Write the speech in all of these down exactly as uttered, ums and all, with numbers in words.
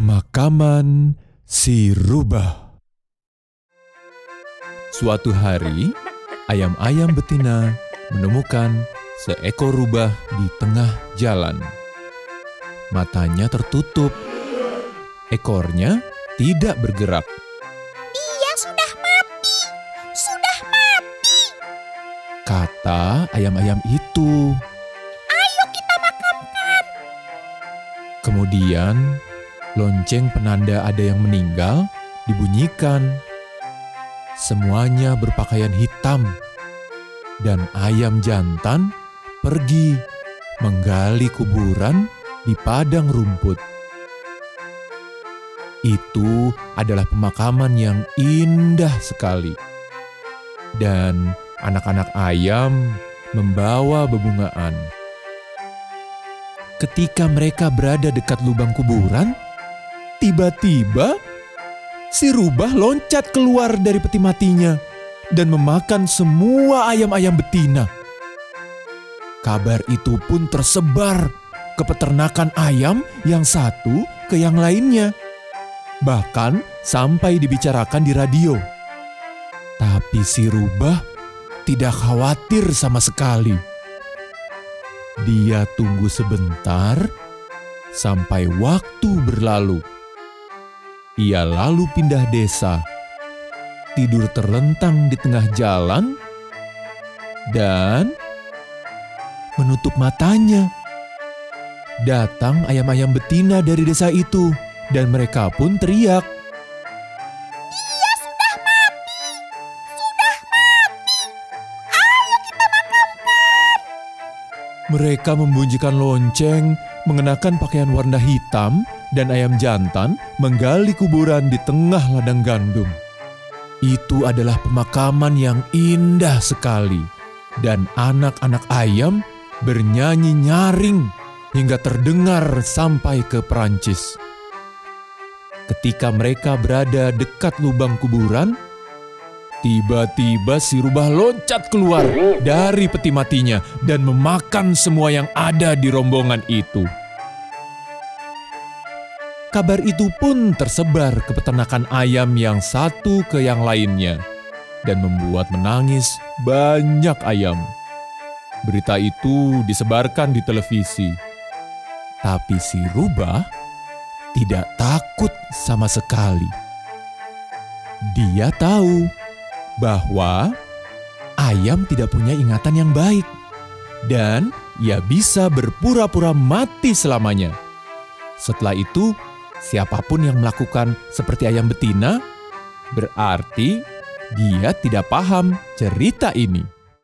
Pemakaman si rubah. Suatu hari, ayam-ayam betina menemukan seekor rubah di tengah jalan. Matanya tertutup, ekornya tidak bergerak. Dia sudah mati, sudah mati. Kata ayam-ayam itu. Ayo kita makamkan. Kemudian, lonceng penanda ada yang meninggal dibunyikan. Semuanya berpakaian hitam, dan ayam jantan pergi menggali kuburan di padang rumput. Itu adalah pemakaman yang indah sekali. Dan anak-anak ayam membawa bebungaan. Ketika mereka berada dekat lubang kuburan, tiba-tiba si rubah loncat keluar dari peti matinya dan memakan semua ayam-ayam betina. Kabar itu pun tersebar ke peternakan ayam yang satu ke yang lainnya. Bahkan sampai dibicarakan di radio. Tapi si rubah tidak khawatir sama sekali. Dia tunggu sebentar sampai waktu berlalu. Ia lalu pindah desa, tidur terlentang di tengah jalan, dan menutup matanya. Datang ayam-ayam betina dari desa itu, dan mereka pun teriak. Dia sudah mati, sudah mati. Ayo kita makamkan. Mereka membunyikan lonceng, mengenakan pakaian warna hitam, dan ayam jantan menggali kuburan di tengah ladang gandum. Itu adalah pemakaman yang indah sekali, dan anak-anak ayam bernyanyi nyaring hingga terdengar sampai ke Perancis. Ketika mereka berada dekat lubang kuburan, tiba-tiba si rubah loncat keluar dari peti matinya dan memakan semua yang ada di rombongan itu. Kabar itu pun tersebar ke peternakan ayam yang satu ke yang lainnya dan membuat menangis banyak ayam. Berita itu disebarkan di televisi. Tapi si rubah tidak takut sama sekali. Dia tahu bahwa ayam tidak punya ingatan yang baik dan ia bisa berpura-pura mati selamanya. Setelah itu, siapapun yang melakukan seperti ayam betina, berarti dia tidak paham cerita ini.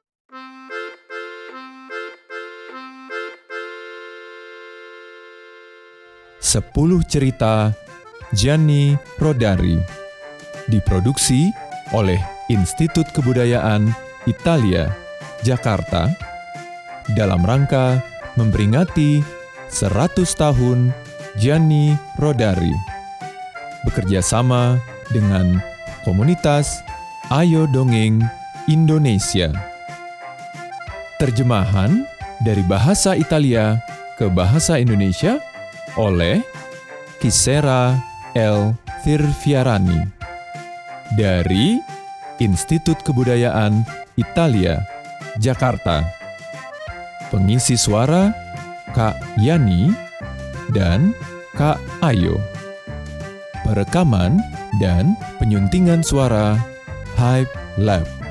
Sepuluh cerita Gianni Rodari diproduksi oleh Institut Kebudayaan Italia, Jakarta, dalam rangka memperingati seratus tahun Gianni Rodari, bekerja sama dengan komunitas Ayo Dongeng Indonesia. Terjemahan dari bahasa Italia ke bahasa Indonesia oleh Kisera L. Firviarani dari Institut Kebudayaan Italia, Jakarta. Pengisi suara Kak Yani dan Kak Ayo. Perekaman dan penyuntingan suara Hype Lab.